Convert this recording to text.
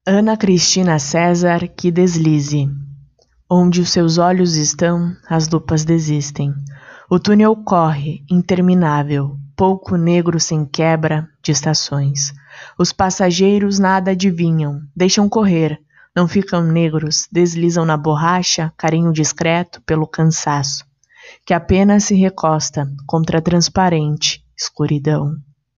Ana Cristina César que deslize. Onde os seus olhos estão, as lupas desistem. O túnel corre, interminável, pouco negro sem quebra de estações. Os passageiros nada adivinham, deixam correr, não ficam negros, deslizam na borracha, carinho discreto pelo cansaço, que apenas se recosta contra a transparente escuridão.